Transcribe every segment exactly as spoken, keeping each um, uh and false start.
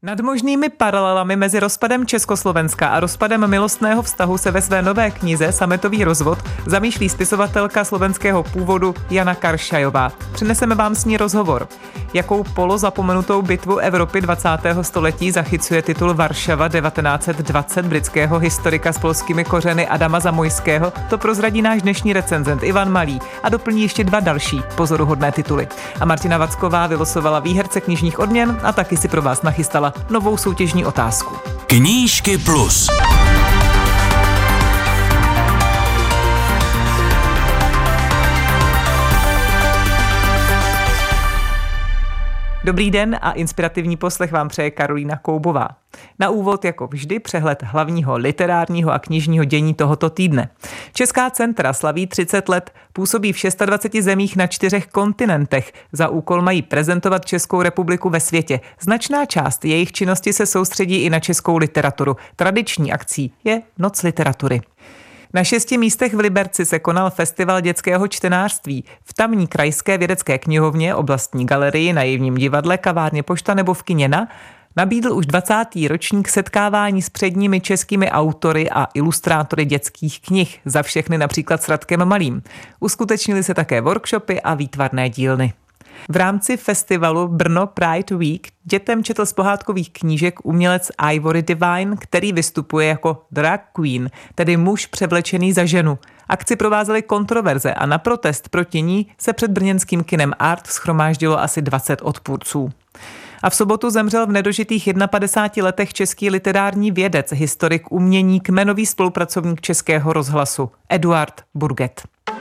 Nad možnými paralelami mezi rozpadem Československa a rozpadem milostného vztahu se ve své nové knize Sametový rozvod zamýšlí spisovatelka slovenského původu Jana Karšajová. Přineseme vám s ní rozhovor. Jakou polozapomenutou bitvu Evropy dvacátého století zachycuje titul Varšava devatenáct set dvacet britského historika s polskými kořeny Adama Zamojského, to prozradí náš dnešní recenzent Ivan Malý a doplní ještě dva další pozoruhodné tituly. A Martina Vacková vylosovala výherce knižních odměn a taky si pro vás nachystala novou soutěžní otázku. Knížky plus. Dobrý den a inspirativní poslech vám přeje Karolína Koubová. Na úvod jako vždy přehled hlavního literárního a knižního dění tohoto týdne. Česká centra slaví třicet let, působí v dvaceti šesti zemích na čtyřech kontinentech. Za úkol mají prezentovat Českou republiku ve světě. Značná část jejich činnosti se soustředí i na českou literaturu. Tradiční akcí je Noc literatury. Na šesti místech v Liberci se konal festival dětského čtenářství. V tamní krajské vědecké knihovně, oblastní galerii, naivním divadle, kavárně Pošta nebo v kině Na nabídl už dvacátý ročník setkávání s předními českými autory a ilustrátory dětských knih, za všechny například s Radkem Malým. Uskutečnily se také workshopy a výtvarné dílny. V rámci festivalu Brno Pride Week dětem četl z pohádkových knížek umělec Ivory Divine, který vystupuje jako drag queen, tedy muž převlečený za ženu. Akci provázely kontroverze a na protest proti ní se před brněnským kinem Art shromáždilo asi dvacet odpůrců. A v sobotu zemřel v nedožitých padesáti jedné letech český literární vědec, historik umění, kmenový spolupracovník Českého rozhlasu Eduard Burget.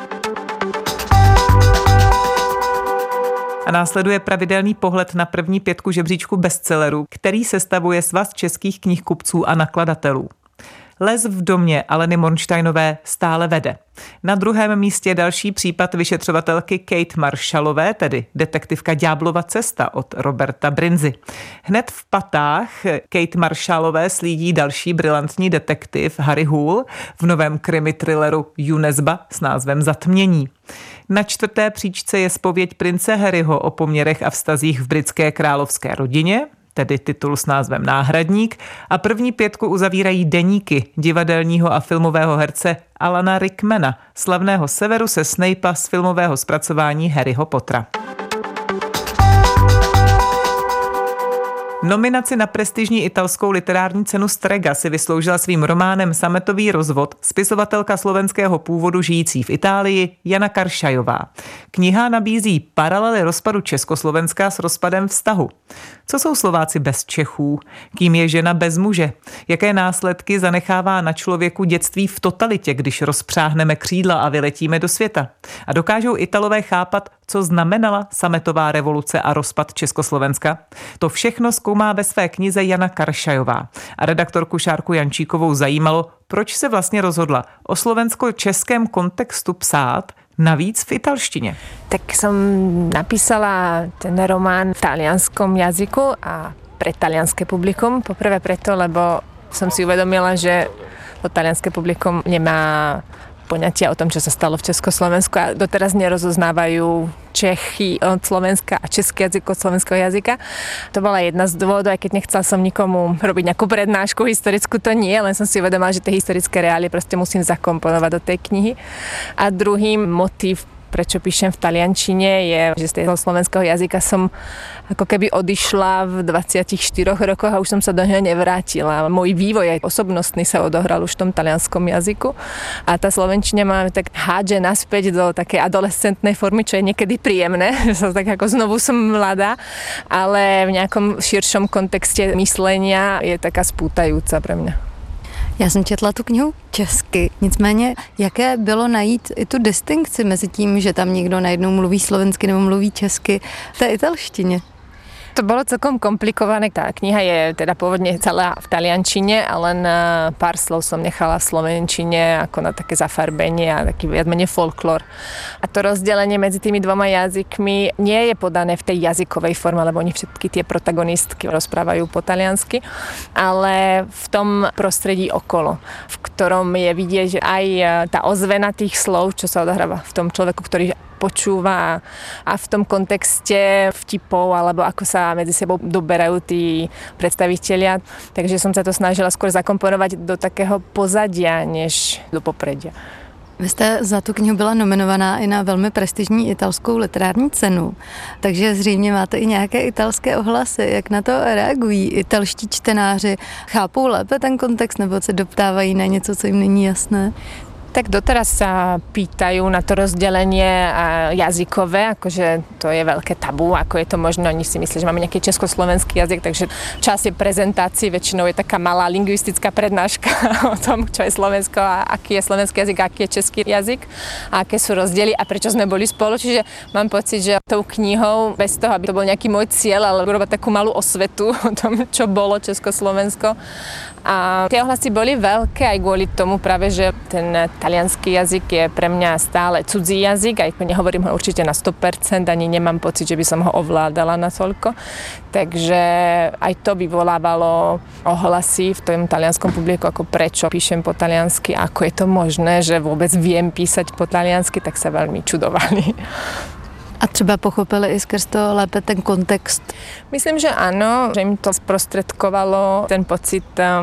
A následuje pravidelný pohled na první pětku žebříčku bestsellerů, který sestavuje Svaz českých knihkupců a nakladatelů. Les v domě Aleny Mornsteinové stále vede. Na druhém místě další případ vyšetřovatelky Kate Marshallové, tedy detektivka Ďáblova cesta od Roberta Brinzy. Hned v patách Kate Marshallové slídí další brilantní detektiv Harry Hoole v novém krimi thrilleru Junesba s názvem Zatmění. Na čtvrté příčce je zpověď prince Harryho o poměrech a vztazích v britské královské rodině, tedy titul s názvem Náhradník, a první pětku uzavírají deníky divadelního a filmového herce Alana Rickmana, slavného Severuse Snape'a z filmového zpracování Harryho Pottera. Nominaci na prestižní italskou literární cenu Strega si vysloužila svým románem Sametový rozvod spisovatelka slovenského původu žijící v Itálii Jana Karšajová. Kniha nabízí paralely rozpadu Československa s rozpadem vztahu. Co jsou Slováci bez Čechů? Kým je žena bez muže? Jaké následky zanechává na člověku dětství v totalitě, když rozpřáhneme křídla a vyletíme do světa? A dokážou Italové chápat, co znamenala sametová revoluce a rozpad Československa? To všechno zkoumá ve své knize Jana Karšajová. A redaktorku Šárku Jančíkovou zajímalo, proč se vlastně rozhodla o slovensko-českém kontextu psát, navíc v italštině. Tak som napísala ten román v talianskom jazyku a pre talianské publikum. Poprvé preto, lebo som si uvedomila, že to talianské publikum nemá poňatia o tom, čo sa stalo v Československu a doteraz nerozoznávajú Čechy od Slovenska a český jazyk od slovenského jazyka. To bola jedna z dôvodov, aj keď nechcela som nikomu robiť nejakú prednášku historickú, to nie, len som si uvedomila, že tie historické reálie proste musím zakomponovať do tej knihy. A druhým motív, prečo píšem v taliančine, je, že z toho slovenského jazyka som ako keby odišla v dvadsiatich štyroch rokoch a už som sa do neho nevrátila. Môj vývoj aj osobnostný sa odohral už v tom talianskom jazyku a tá slovenčina ma tak hádže naspäť do takej adolescentnej formy, čo je niekedy príjemné, že som tak ako znovu som mladá, ale v nejakom širšom kontexte myslenia je taká spútajúca pre mňa. Já jsem četla tu knihu česky, nicméně jaké bylo najít i tu distinkci mezi tím, že tam někdo najednou mluví slovensky nebo mluví česky v té italštině? To bolo celkom komplikované. Tá kniha je teda pôvodne celá v taliančine a len pár slov som nechala v slovenčine ako na také zafarbenie a taký viac menej folklór. A to rozdelenie medzi tými dvoma jazykmi nie je podané v tej jazykovej forme, lebo oni všetky tie protagonistky rozprávajú po taliansky, ale v tom prostredí okolo, v ktorom je vidieť, že aj tá ozvena tých slov, čo sa odohráva v tom človeku, ktorý počúva a v tom kontexte vtipov alebo ako sa medzi sebou doberajú tí predstavitelia. Takže som sa to snažila skôr zakomponovať do takého pozadia, než do popredia. Vy jste za tu knihu byla nominovaná i na velmi prestižní italskou literární cenu, takže zřejmě máte i nějaké italské ohlasy. Jak na to reagují italští čtenáři? Chápou lépe ten kontext nebo se doptávají na něco, co jim není jasné? Tak doteraz sa pýtajú na to rozdelenie jazykové, akože to je veľké tabu, ako je to možno, oni si myslia, že máme nejaký československý jazyk, takže v čase prezentácií väčšinou je taká malá lingvistická prednáška o tom, čo je Slovensko a aký je slovenský jazyk, aký je český jazyk a aké sú rozdiely a prečo sme boli spolu. Čiže mám pocit, že tou knihou, bez toho, aby to bol nejaký môj cieľ, ale urobiť takú malú osvetu o tom, čo bolo Československo. A tie ohlasy boli veľké aj kvôli tomu práve, že ten taliansky jazyk je pre mňa stále cudzí jazyk, aj nehovorím ho určite na sto percent, ani nemám pocit, že by som ho ovládala na toľko. Takže aj to vyvolávalo ohlasy v tom talianskom publiku, ako prečo píšem po taliansky, ako je to možné, že vôbec viem písať po taliansky, tak sa veľmi čudovali. A třeba pochopili i skrz to lépe ten kontext? Myslím, že áno, že im to sprostredkovalo ten pocit,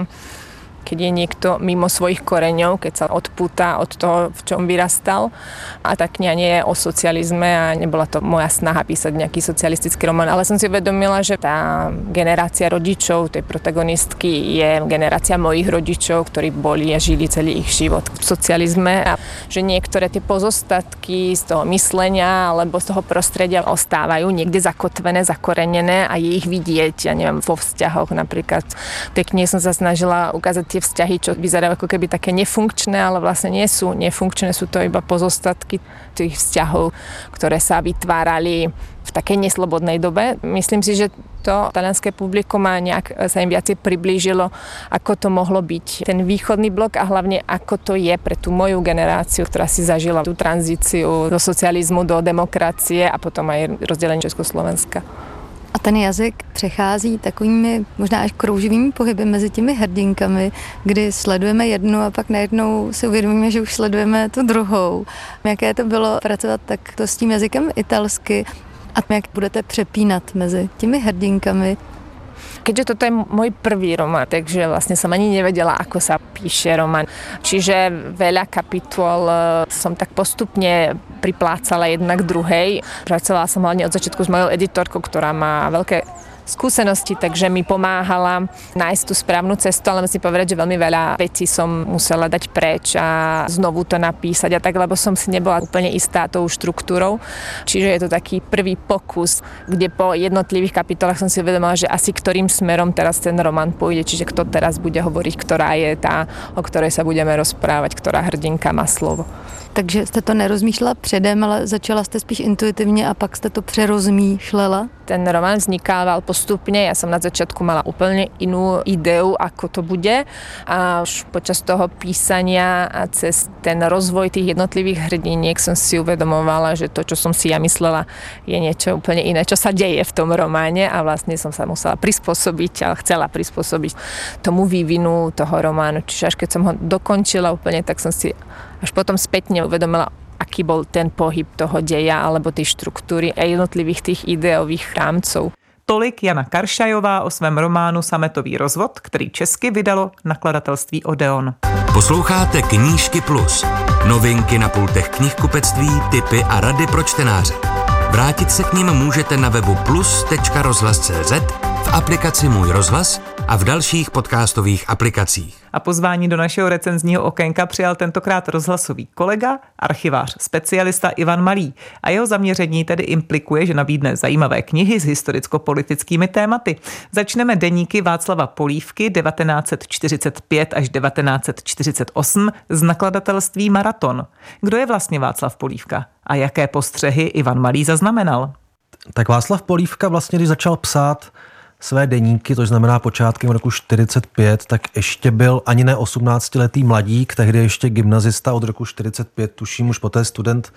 keď je niekto mimo svojich koreňov, keď sa odpúta od toho, v čom vyrastal. A tá kniha nie je o socializme a nebola to moja snaha písať nejaký socialistický román, ale som si uvedomila, že tá generácia rodičov tej protagonistky je generácia mojich rodičov, ktorí boli a žili celý ich život v socializme a že niektoré tie pozostatky z toho myslenia alebo z toho prostredia ostávajú niekde zakotvené, zakorenené a je ich vidieť, ja neviem, vo vzťahoch napríklad. V tej knihe som sa snažila ukázať tie vzťahy, čo vyzerajú ako keby také nefunkčné, ale vlastne nie sú nefunkčné, sú to iba pozostatky tých vzťahov, ktoré sa vytvárali v takej neslobodnej dobe. Myslím si, že to talianské publikum a nejak sa im viacej priblížilo, ako to mohlo byť ten východný blok a hlavne ako to je pre tú moju generáciu, ktorá si zažila tú tranzíciu do socializmu, do demokracie a potom aj rozdelenie Československa. A ten jazyk přechází takovými možná až krouživými pohyby mezi těmi hrdinkami, kdy sledujeme jednu a pak najednou si uvědomíme, že už sledujeme tu druhou. Jaké to bylo pracovat takto s tím jazykem italsky a jak budete přepínat mezi těmi hrdinkami? Keďže toto je môj prvý román, takže vlastne som ani nevedela, ako sa píše román. Čiže veľa kapitol som tak postupne priplácala jedna k druhej. Pracovala som hlavne od začiatku s mojou editorkou, ktorá má veľké skúsenosti, takže mi pomáhala nájsť tú správnu cestu, ale musím povedať, že veľmi veľa vecí som musela dať preč a znovu to napísať a tak, lebo som si nebola úplne istá tou štruktúrou. Čiže je to taký prvý pokus, kde po jednotlivých kapitolách som si uvedomila, že asi ktorým smerom teraz ten román pôjde, čiže kto teraz bude hovoriť, ktorá je tá, o ktorej sa budeme rozprávať, ktorá hrdinka má slovo. Takže jste to nerozmýšlela předem, ale začala jste spíš intuitivně a pak jste to přerozmýšlela? Ten román vznikával postupne, ja som na začiatku mala úplne inú ideu, ako to bude a už počas toho písania a cez ten rozvoj tých jednotlivých hrdiniek som si uvedomovala, že to, čo som si ja myslela, je niečo úplne iné, čo sa deje v tom románe a vlastne som sa musela prispôsobiť a chcela prispôsobiť tomu vývinu toho románu. Čiže až keď som ho dokončila úplne, tak som si až potom spätne uvedomila, aký bol ten pohyb toho deja alebo tej štruktúry a jednotlivých tých ideových rámcov. Tolik Jana Karšajová o svém románu Sametový rozvod, který česky vydalo nakladatelství Odeon. Posloucháte Knížky Plus. Novinky na pultech knihkupectví, tipy a rady pro čtenáře. Vrátit se k nim můžete na webu plus tečka rozhlas tečka cé zet, v aplikaci Můj rozhlas a v dalších podcastových aplikacích. A pozvání do našeho recenzního okénka přijal tentokrát rozhlasový kolega, archivář, specialista Ivan Malý. A jeho zaměření tedy implikuje, že nabídne zajímavé knihy s historicko-politickými tématy. Začneme deníky Václava Polívky devatenáct set čtyřicet pět až devatenáct set čtyřicet osm z nakladatelství Maraton. Kdo je vlastně Václav Polívka a jaké postřehy Ivan Malý zaznamenal? Tak Václav Polívka vlastně, když začal psát své deníky, to znamená počátkem roku čtyřicet pět, tak ještě byl ani ne osmnáctiletý mladík, tehdy ještě gymnazista od roku čtyřicet pět, tuším už poté student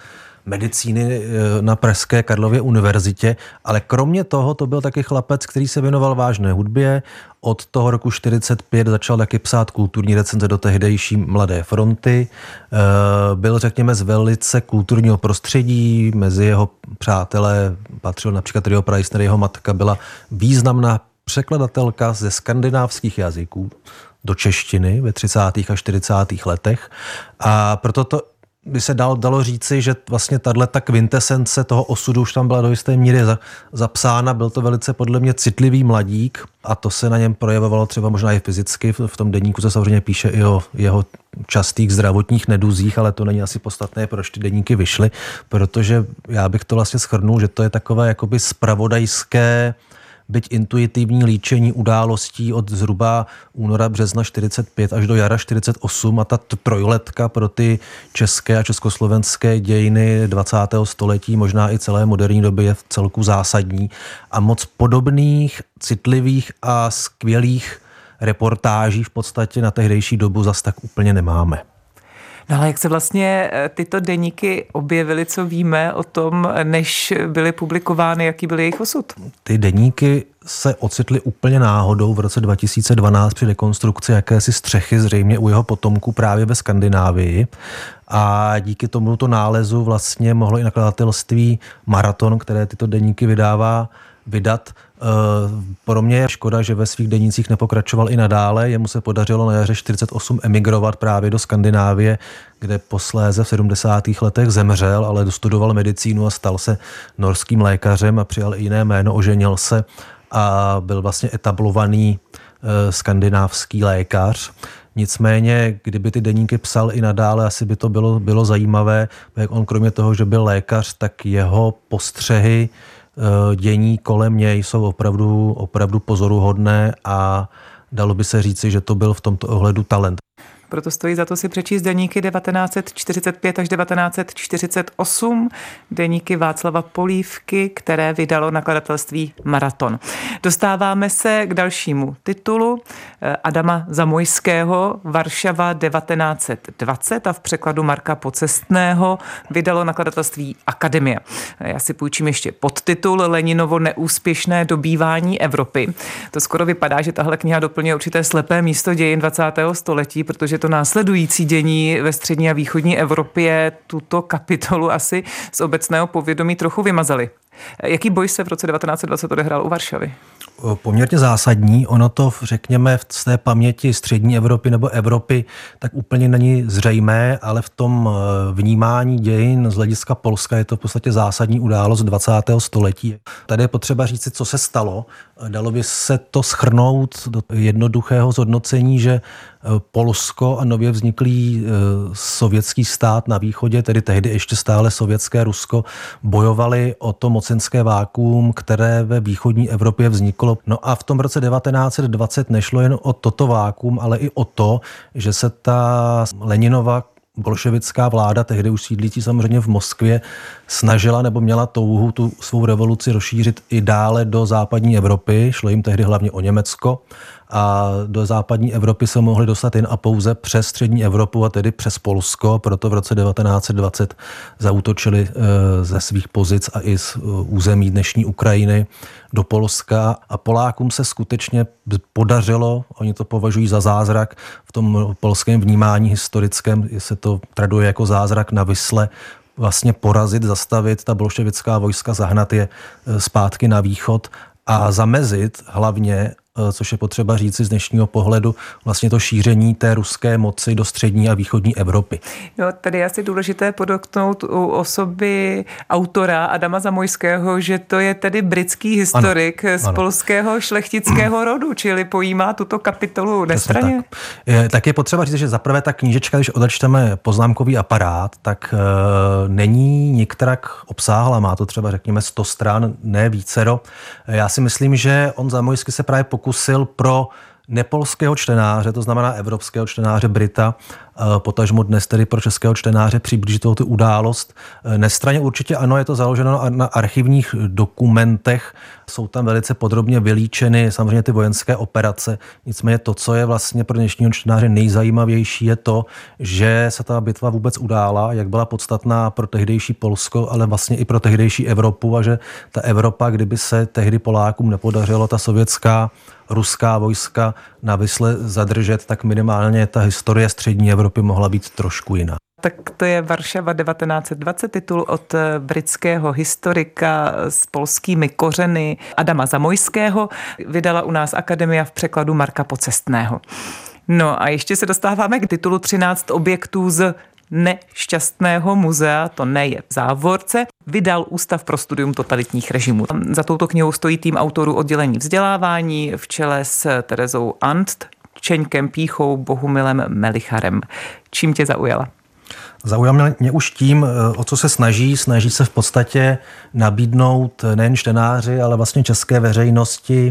medicíny na pražské Karlově univerzitě, ale kromě toho to byl taky chlapec, který se věnoval vážné hudbě. Od toho roku čtyřicet pět začal taky psát kulturní recenze do tehdejší Mladé fronty. Byl, řekněme, z velice kulturního prostředí, mezi jeho přátelé patřil například Trio Preissner, jeho matka byla významná překladatelka ze skandinávských jazyků do češtiny ve třicátých a čtyřicátých letech. A proto to by se dal, dalo říci, že vlastně tato kvintesence toho osudu už tam byla do jisté míry zapsána. Byl to velice podle mě citlivý mladík a to se na něm projevovalo třeba možná i fyzicky. V tom deníku se samozřejmě píše i o jeho častých zdravotních neduzích, ale to není asi podstatné, proč ty deníky vyšly, protože já bych to vlastně shrnul, že to je takové jakoby zpravodajské, byť intuitivní líčení událostí od zhruba února, března čtyřicet pět až do jara čtyřicet osm a ta trojletka pro ty české a československé dějiny dvacátého století, možná i celé moderní doby je v celku zásadní a moc podobných, citlivých a skvělých reportáží v podstatě na tehdejší dobu zas tak úplně nemáme. No ale jak se vlastně tyto deníky objevily, co víme o tom, než byly publikovány, jaký byl jejich osud? Ty deníky se ocitly úplně náhodou v roce dva tisíce dvanáct při rekonstrukci jakési střechy zřejmě u jeho potomků právě ve Skandinávii a díky tomuto nálezu vlastně mohlo i nakladatelství Maraton, které tyto deníky vydává, vydat. Pro mě je škoda, že ve svých denících nepokračoval i nadále. Jemu se podařilo na jaře čtyřicet osm emigrovat právě do Skandinávie, kde posléze v sedmdesátých letech zemřel, ale dostudoval medicínu a stal se norským lékařem a přijal i jiné jméno, oženil se a byl vlastně etablovaný skandinávský lékař. Nicméně, kdyby ty deníky psal i nadále, asi by to bylo, bylo zajímavé, jak on kromě toho, že byl lékař, tak jeho postřehy dění kolem něj jsou opravdu, opravdu pozoruhodné a dalo by se říci, že to byl v tomto ohledu talent. Proto stojí za to si přečíst deníky devatenáct set čtyřicet pět až devatenáct set čtyřicet osm, deníky Václava Polívky, které vydalo nakladatelství Maraton. Dostáváme se k dalšímu titulu Adama Zamojského, Varšava devatenáct set dvacet a v překladu Marka Pocestného vydalo nakladatelství Akademie. Já si půjčím ještě podtitul Leninovo neúspěšné dobývání Evropy. To skoro vypadá, že tahle kniha doplňuje určité slepé místo dějin dvacátého století, protože to následující dění ve střední a východní Evropě tuto kapitolu asi z obecného povědomí trochu vymazali. Jaký boj se v roce devatenáct set dvacet odehrál u Varšavy? Poměrně zásadní. Ono to, řekněme, v té paměti střední Evropy nebo Evropy tak úplně není zřejmé, ale v tom vnímání dějin z hlediska Polska je to v podstatě zásadní událost dvacátého století. Tady je potřeba říct, co se stalo. Dalo by se to shrnout do jednoduchého zhodnocení, že Polsko a nově vzniklý sovětský stát na východě, tedy tehdy ještě stále sovětské Rusko, bojovali o to mocenské vákuum, které ve východní Evropě vzniklo. No a v tom roce devatenáct set dvacet nešlo jen o toto vákuum, ale i o to, že se ta Leninova bolševická vláda, tehdy už sídlící samozřejmě v Moskvě, snažila nebo měla touhu tu svou revoluci rozšířit i dále do západní Evropy. Šlo jim tehdy hlavně o Německo a do západní Evropy se mohli dostat jen a pouze přes střední Evropu a tedy přes Polsko. Proto v roce devatenáct set dvacet zaútočili ze svých pozic a i z území dnešní Ukrajiny do Polska a Polákům se skutečně podařilo, oni to považují za zázrak v tom polském vnímání historickém, se to traduje jako zázrak na Visle, vlastně porazit, zastavit ta bolševická vojska, zahnat je zpátky na východ a zamezit hlavně, což je potřeba říci z dnešního pohledu, vlastně to šíření té ruské moci do střední a východní Evropy. No, tady je asi důležité podotknout u osoby autora Adama Zamojského, že to je tedy britský historik ano, z ano. polského šlechtického rodu, čili pojímá tuto kapitolu nestranně. Tak. Je, tak je potřeba říct, že zaprvé ta knížečka, když odečteme poznámkový aparát, tak e, není nikterak obsáhla, má to třeba řekněme sto stran, ne vícero. Já si myslím, že on Zamojský se právě pokusil pro nepolského čtenáře, to znamená evropského čtenáře Brita, potažmo dnes tedy pro českého čtenáře přiblížit tu událost. Nestranně určitě ano, je to založeno na archivních dokumentech, jsou tam velice podrobně vylíčeny samozřejmě ty vojenské operace. Nicméně to, co je vlastně pro dnešního čtenáře nejzajímavější, je to, že se ta bitva vůbec udála, jak byla podstatná pro tehdejší Polsko, ale vlastně i pro tehdejší Evropu a že ta Evropa, kdyby se tehdy Polákům nepodařilo ta sovětská ruská vojska na Visle zadržet, tak minimálně ta historie střední Evropy mohla být trošku jiná. Tak to je Varšava devatenáct set dvacet, titul od britského historika s polskými kořeny Adama Zamojského. Vydala u nás Akademia v překladu Marka Pocestného. No a ještě se dostáváme k titulu třináct objektů z nešťastného muzea, to ne je v závorce, vydal Ústav pro studium totalitních režimů. Za touto knihou stojí tým autorů oddělení vzdělávání v čele s Terezou Andt, Čeňkem Píchou, Bohumilem Melicharem. Čím tě zaujala? Zaujal mě už tím, o co se snaží. Snaží se v podstatě nabídnout nejen čtenáři, ale vlastně české veřejnosti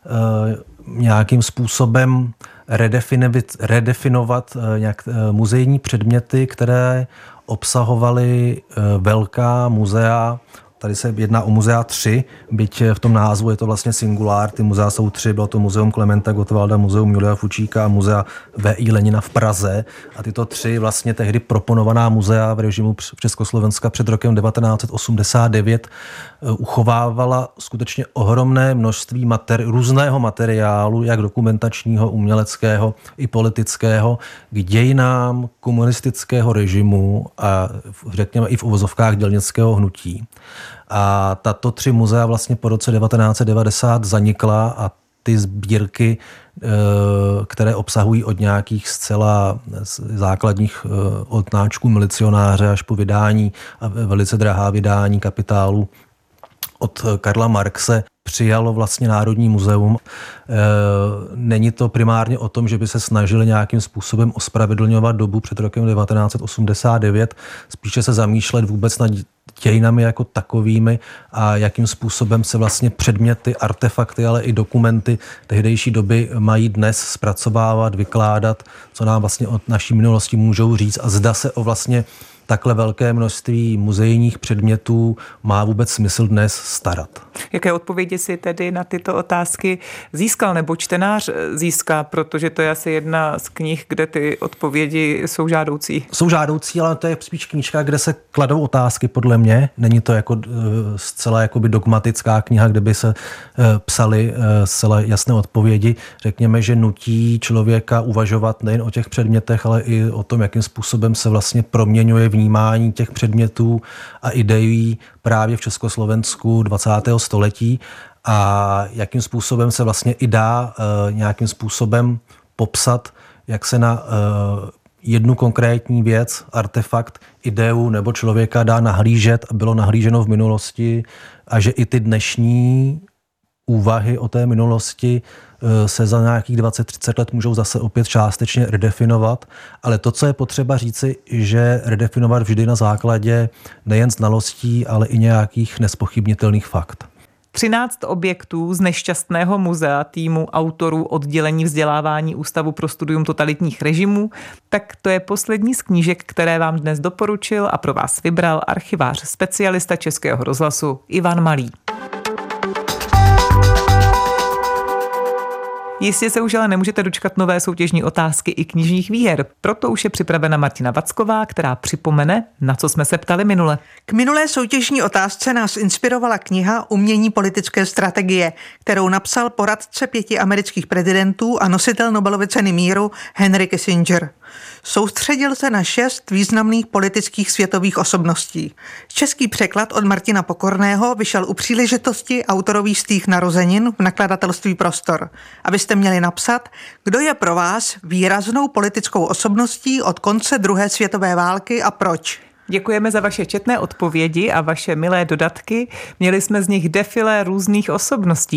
nějakým způsobem redefinovat, redefinovat nějak muzejní předměty, které obsahovaly velká muzea. Tady se jedná o muzea tři, byť v tom názvu je to vlastně singulár, ty muzea jsou tři, bylo to muzeum Klementa Gottwalda, muzeum Julia Fučíka a muzea V I Lenina v Praze. A tyto tři vlastně tehdy proponovaná muzea v režimu Československa před rokem devatenáct set osmdesát devět uchovávala skutečně ohromné množství materi- různého materiálu, jak dokumentačního, uměleckého i politického, k dějinám komunistického režimu a řekněme i v uvozovkách dělnického hnutí. A tato tři muzea vlastně po roce devatenáct set devadesát zanikla a ty sbírky, které obsahují od nějakých zcela základních od náčků milicionáře až po vydání, velice drahá vydání Kapitálu od Karla Marxe, přijalo vlastně Národní muzeum. Není to primárně o tom, že by se snažili nějakým způsobem ospravedlňovat dobu před rokem devatenáct set osmdesát devět, spíše se zamýšlet vůbec nad dějinami jako takovými a jakým způsobem se vlastně předměty, artefakty, ale i dokumenty tehdejší doby mají dnes zpracovávat, vykládat, co nám vlastně od naší minulosti můžou říct a zda se o vlastně takhle velké množství muzejních předmětů má vůbec smysl dnes starat. Jaké odpovědi si tedy na tyto otázky získal nebo čtenář získá, protože to je asi jedna z knih, kde ty odpovědi jsou žádoucí? Jsou žádoucí, ale to je spíš knížka, kde se kladou otázky podle mě. Není to jako zcela jakoby dogmatická kniha, kde by se psaly zcela jasné odpovědi. Řekněme, že nutí člověka uvažovat nejen o těch předmětech, ale i o tom, jakým způsobem se vlastně proměňuje vnímání těch předmětů a ideí právě v Československu dvacátého století a jakým způsobem se vlastně i dá uh, nějakým způsobem popsat, jak se na uh, jednu konkrétní věc, artefakt, ideu nebo člověka dá nahlížet a bylo nahlíženo v minulosti a že i ty dnešní úvahy o té minulosti se za nějakých dvacet třicet let můžou zase opět částečně redefinovat, ale to, co je potřeba říci, že redefinovat vždy na základě nejen znalostí, ale i nějakých nespochybnitelných fakt. třináct objektů z nešťastného muzea týmu autorů oddělení vzdělávání Ústavu pro studium totalitních režimů, tak to je poslední z knížek, které vám dnes doporučil a pro vás vybral archivář, specialista Českého rozhlasu Ivan Malý. Jistě se už ale nemůžete dočkat nové soutěžní otázky i knižních výher. Proto už je připravena Martina Vacková, která připomene, na co jsme se ptali minule. K minulé soutěžní otázce nás inspirovala kniha Umění politické strategie, kterou napsal poradce pěti amerických prezidentů a nositel Nobelovy ceny míru Henry Kissinger. Soustředil se na šest významných politických světových osobností. Český překlad od Martina Pokorného vyšel u příležitosti autorových stých narozenin v nakladatelství Prostor. Abyste měli napsat, kdo je pro vás výraznou politickou osobností od konce druhé světové války a proč. Děkujeme za vaše četné odpovědi a vaše milé dodatky. Měli jsme z nich defilé různých osobností.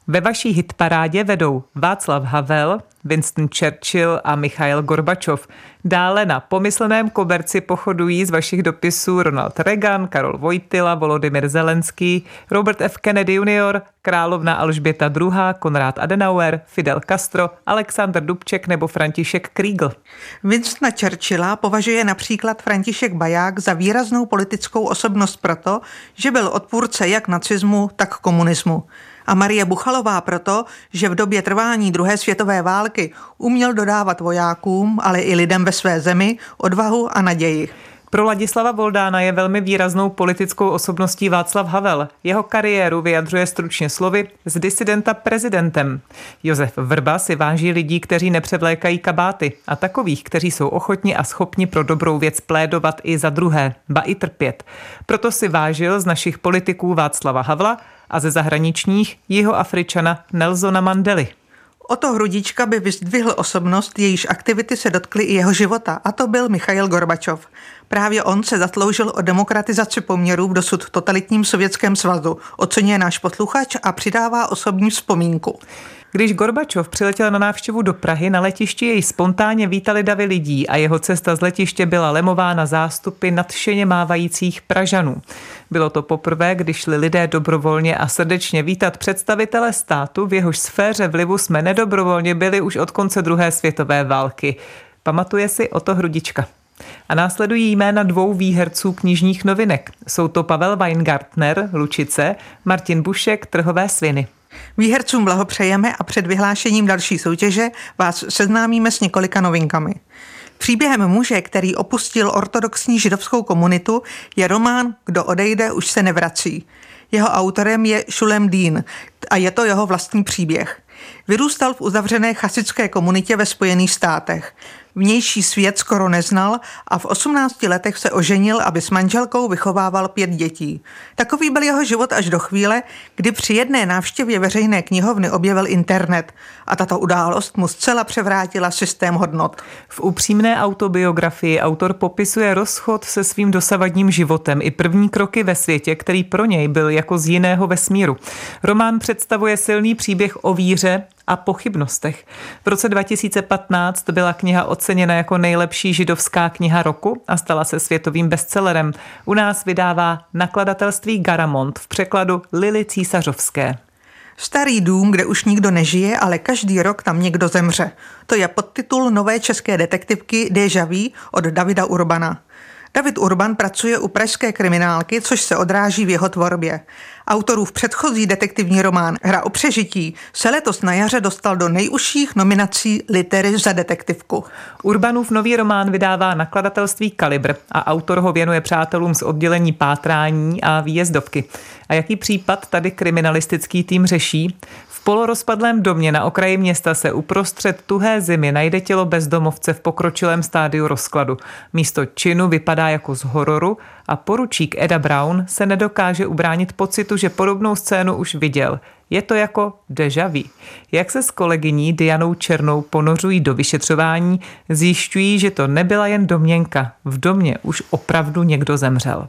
Ve vaší hitparádě vedou Václav Havel, Winston Churchill a Michail Gorbačov. Dále na pomyslném koberci pochodují z vašich dopisů Ronald Reagan, Karol Wojtyla, Volodymyr Zelenský, Robert F. Kennedy junior, královna Alžběta druhá., Konrad Adenauer, Fidel Castro, Alexander Dubček nebo František Kriegl. Winstona Churchilla považuje například František Baják za výraznou politickou osobnost proto, že byl odpůrce jak nacismu, tak komunismu. A Marie Buchalová proto, že v době trvání druhé světové války uměl dodávat vojákům, ale i lidem ve své zemi odvahu a naději. Pro Ladislava Voldána je velmi výraznou politickou osobností Václav Havel. Jeho kariéru vyjadřuje stručně slovy z disidenta prezidentem. Josef Vrba si váží lidí, kteří nepřevlékají kabáty a takových, kteří jsou ochotni a schopni pro dobrou věc plédovat i za druhé, ba i trpět. Proto si vážil z našich politiků Václava Havla a ze zahraničních Jihoafričana Nelsona Mandely. Otto Hrudička by vyzdvihl osobnost, jejíž aktivity se dotkly i jeho života, a to byl Michail Gorbačov. Právě on se zasloužil o demokratizaci poměrů v dosud totalitním Sovětském svazu, oceňuje náš posluchač a přidává osobní vzpomínku. Když Gorbačov přiletěl na návštěvu do Prahy, na letišti jej spontánně vítali davy lidí a jeho cesta z letiště byla lemována zástupy nadšeně mávajících Pražanů. Bylo to poprvé, když šli lidé dobrovolně a srdečně vítat představitele státu, v jehož sféře vlivu jsme nedobrovolně byli už od konce druhé světové války. Pamatuje si Otto Hrudička. A následují jména dvou výherců knižních novinek. Jsou to Pavel Weingartner, Lučice, Martin Bušek, Trhové sviny. Výhercům blahopřejeme a před vyhlášením další soutěže vás seznámíme s několika novinkami. Příběhem muže, který opustil ortodoxní židovskou komunitu, je román Kdo odejde, už se nevrací. Jeho autorem je Šulem Dýn a je to jeho vlastní příběh. Vyrůstal v uzavřené chasické komunitě ve Spojených státech. Vnější svět skoro neznal a v osmnácti letech se oženil, aby s manželkou vychovával pět dětí. Takový byl jeho život až do chvíle, kdy při jedné návštěvě veřejné knihovny objevil internet a tato událost mu zcela převrátila systém hodnot. V upřímné autobiografii autor popisuje rozchod se svým dosavadním životem i první kroky ve světě, který pro něj byl jako z jiného vesmíru. Román představuje silný příběh o víře a pochybnostech. V roce dva tisíce patnáct byla kniha oceněna jako nejlepší židovská kniha roku a stala se světovým bestsellerem. U nás vydává nakladatelství Garamond v překladu Lily Císařovské. Starý dům, kde už nikdo nežije, ale každý rok tam někdo zemře. To je podtitul nové české detektivky Déjà vu od Davida Urbana. David Urban pracuje u pražské kriminálky, což se odráží v jeho tvorbě. Autorův předchozí detektivní román Hra o přežití se letos na jaře dostal do nejužších nominací Litery za detektivku. Urbanův nový román vydává nakladatelství Kalibr a autor ho věnuje přátelům z oddělení pátrání a výjezdovky. A jaký případ tady kriminalistický tým řeší? V polorozpadlém domě na okraji města se uprostřed tuhé zimy najde tělo bezdomovce v pokročilém stádiu rozkladu. Místo činu vypadá jako z hororu a poručík Eda Brown se nedokáže ubránit pocitu, že podobnou scénu už viděl. Je to jako déjà vu. Jak se s kolegyní Dianou Černou ponořují do vyšetřování, zjišťují, že to nebyla jen domněnka. V domě už opravdu někdo zemřel.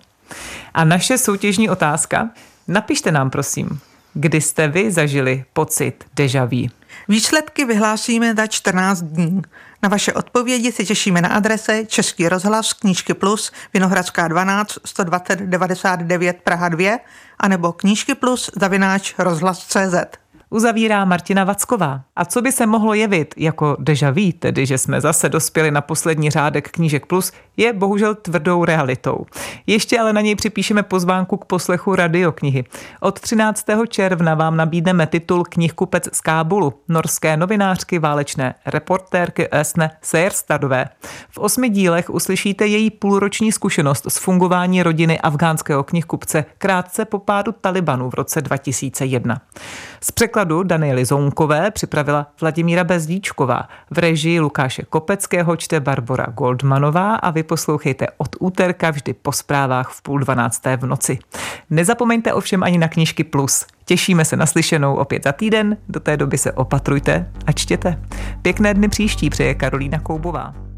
A naše soutěžní otázka? Napište nám, prosím. Kdy jste vy zažili pocit déjà vu? Výsledky vyhlásíme za čtrnáct dní. Na vaše odpovědi se těšíme na adrese Český rozhlas, Knížky Plus, Vinohradská dvanáct, sto dvacet devadesát devět Praha dva, anebo Knížky Plus zavináč rozhlas tečka cé zet. Uzavírá Martina Vacková. A co by se mohlo jevit jako déjà vu, tedy že jsme zase dospěli na poslední řádek Knížek Plus, je bohužel tvrdou realitou. Ještě ale na něj připíšeme pozvánku k poslechu radioknihy. Od třináctého června vám nabídneme titul Knihkupec z Kábulu, norské novinářky, válečné reportérky Esne Sejerstadové. V osmi dílech uslyšíte její půlroční zkušenost z fungování rodiny afgánského knihkupce krátce po pádu Talibanu v roce dva tisíce jedna. Z překladu Daniely Zounkové připravila Vladimíra Bezdíčková. V režii Lukáše Kopeckého čte Barbora Goldmanová a vy poslouchejte od úterka vždy po zprávách v půl dvanácté v noci. Nezapomeňte ovšem ani na Knížky Plus. Těšíme se na slyšenou opět za týden, do té doby se opatrujte a čtěte. Pěkné dny příští přeje Karolína Koubová.